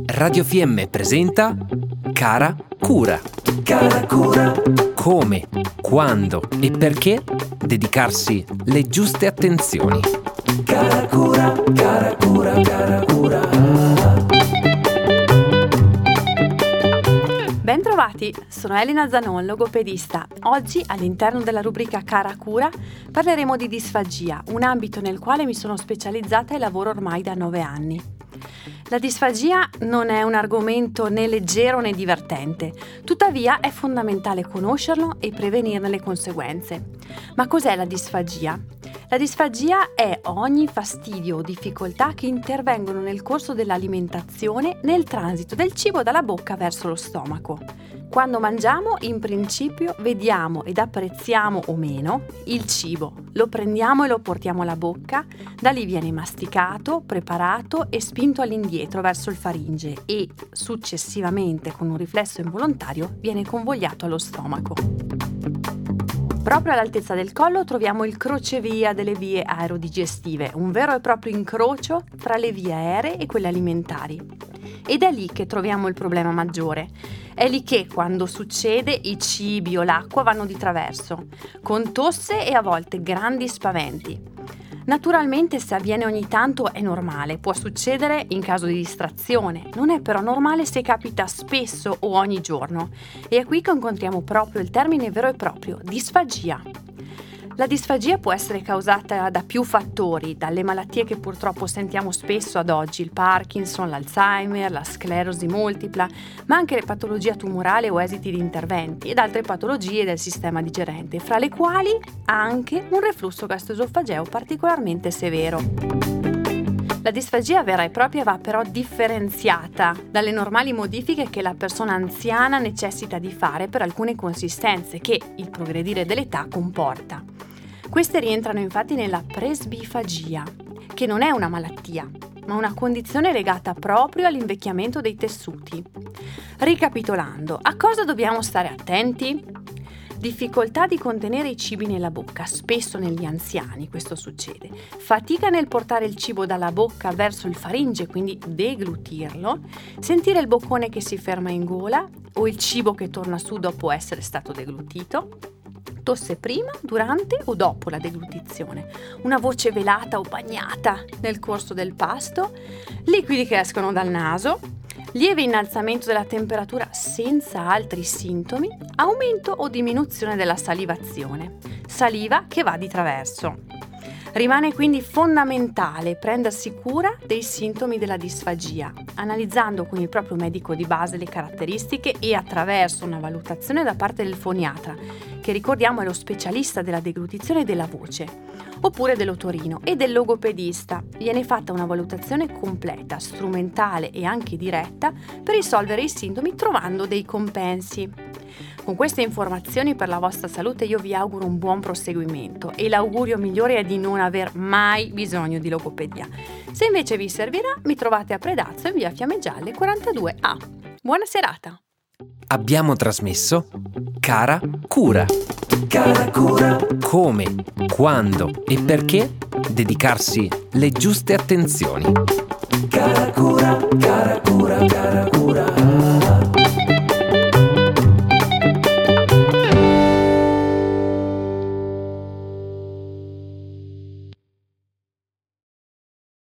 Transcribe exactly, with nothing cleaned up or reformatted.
Radio F M presenta Cara Cura. Cara Cura. Come, quando e perché dedicarsi le giuste attenzioni. Cara Cura, cara cura, cara cura. Bentrovati, sono Elena Zanon, logopedista. Oggi, all'interno della rubrica Cara Cura, parleremo di disfagia, un ambito nel quale mi sono specializzata e lavoro ormai da nove anni. La disfagia non è un argomento né leggero né divertente, tuttavia è fondamentale conoscerlo e prevenirne le conseguenze. Ma cos'è la disfagia? La disfagia è ogni fastidio o difficoltà che intervengono nel corso dell'alimentazione nel transito del cibo dalla bocca verso lo stomaco. Quando mangiamo, in principio, vediamo ed apprezziamo o meno il cibo. Lo prendiamo e lo portiamo alla bocca, da lì viene masticato, preparato e spinto all'indietro verso il faringe e, successivamente, con un riflesso involontario, viene convogliato allo stomaco. Proprio all'altezza del collo troviamo il crocevia delle vie aerodigestive, un vero e proprio incrocio tra le vie aeree e quelle alimentari. Ed è lì che troviamo il problema maggiore. È lì che, quando succede, i cibi o l'acqua vanno di traverso, con tosse e a volte grandi spaventi. Naturalmente, se avviene ogni tanto è normale, può succedere in caso di distrazione, non è però normale se capita spesso o ogni giorno. E è qui che incontriamo proprio il termine vero e proprio, disfagia. La disfagia può essere causata da più fattori, dalle malattie che purtroppo sentiamo spesso ad oggi, il Parkinson, l'Alzheimer, la sclerosi multipla, ma anche le patologie tumorali o esiti di interventi ed altre patologie del sistema digerente, fra le quali anche un reflusso gastroesofageo particolarmente severo. La disfagia vera e propria va però differenziata dalle normali modifiche che la persona anziana necessita di fare per alcune consistenze che il progredire dell'età comporta. Queste rientrano infatti nella presbifagia, che non è una malattia, ma una condizione legata proprio all'invecchiamento dei tessuti. Ricapitolando, a cosa dobbiamo stare attenti? Difficoltà di contenere i cibi nella bocca, spesso negli anziani questo succede. Fatica nel portare il cibo dalla bocca verso il faringe, quindi deglutirlo. Sentire il boccone che si ferma in gola o il cibo che torna su dopo essere stato deglutito. Tosse prima, durante o dopo la deglutizione. Una voce velata o bagnata nel corso del pasto. Liquidi che escono dal naso. Lieve innalzamento della temperatura senza altri sintomi, aumento o diminuzione della salivazione, saliva che va di traverso. Rimane quindi fondamentale prendersi cura dei sintomi della disfagia, analizzando con il proprio medico di base le caratteristiche e attraverso una valutazione da parte del foniatra, che ricordiamo è lo specialista della deglutizione della voce, oppure dell'otorino e del logopedista. Viene fatta una valutazione completa, strumentale e anche diretta per risolvere i sintomi trovando dei compensi. Con queste informazioni per la vostra salute io vi auguro un buon proseguimento e l'augurio migliore è di non aver mai bisogno di logopedia. Se invece vi servirà, mi trovate a Predazzo in via Fiamme Gialle quarantadue A. Buona serata! Abbiamo trasmesso Cara Cura. Cara Cura. Come, quando e perché dedicarsi le giuste attenzioni. Cara Cura, cara cura.